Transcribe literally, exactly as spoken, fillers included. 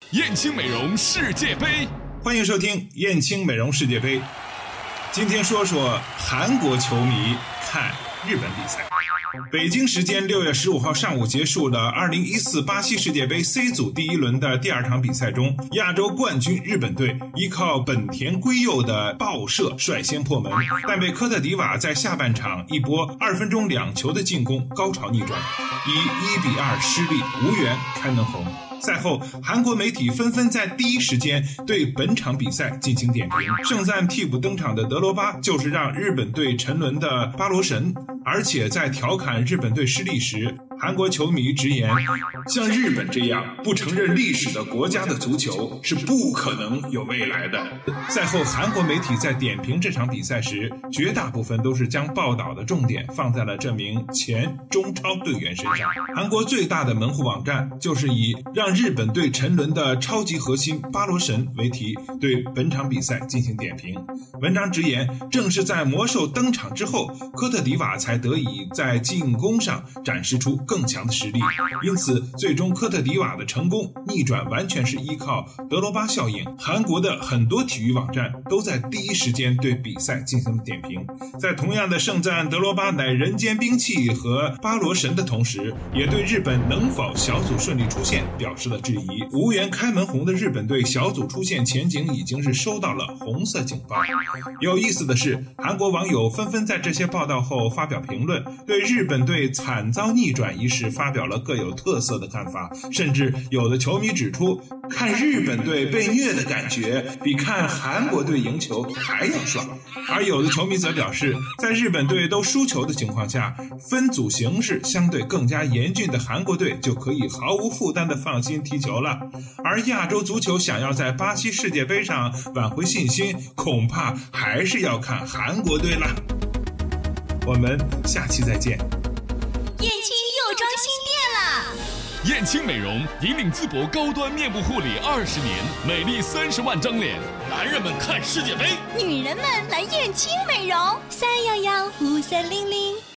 燕青美容世界杯， 欢迎收听燕青美容世界杯。今天说说韩国球迷看日本比赛。北京时间六月十五号上午结束的二零一四巴西世界杯 C 组第一轮的第二场比赛中，亚洲冠军日本队依靠本田圭佑的爆射率先破门，但被科特迪瓦在下半场一波二分钟两球的进攻高潮逆转，以一比二失利，无缘开门红。赛后，韩国媒体纷纷在第一时间对本场比赛进行点评。盛赞替补登场的德罗巴就是让日本队沉沦的巴罗神，而且在调侃日本队失利时，韩国球迷直言，像日本这样不承认历史的国家的足球是不可能有未来的。赛后，韩国媒体在点评这场比赛时，绝大部分都是将报道的重点放在了这名前中超队员身上。韩国最大的门户网站就是以让日本队沉沦的超级核心巴罗神为题，对本场比赛进行点评。文章直言，正是在魔兽登场之后，科特迪瓦才得以在进攻上展示出更强的实力，因此最终科特迪瓦的成功逆转完全是依靠德罗巴效应。韩国的很多体育网站都在第一时间对比赛进行了点评，在同样的盛赞德罗巴乃人间兵器和巴罗神的同时，也对日本能否小组顺利出线表示了质疑。无缘开门红的日本队小组出线前景已经是收到了红色警报。有意思的是，韩国网友纷纷在这些报道后发表评论，对日本队惨遭逆转一事发表了各有特色的看法，甚至有的球迷指出，看日本队被虐的感觉比看韩国队赢球还要爽。而有的球迷则表示，在日本队都输球的情况下，分组形势相对更加严峻的韩国队就可以毫无负担地放心踢球了。而亚洲足球想要在巴西世界杯上挽回信心，恐怕还是要看韩国队了。我们下期再见。 燕青又装新店了。 燕青美容引领淄博高端面部护理二十年，美丽三十万张脸。男人们看世界杯， 女人们来燕青美容。三幺幺五三零零。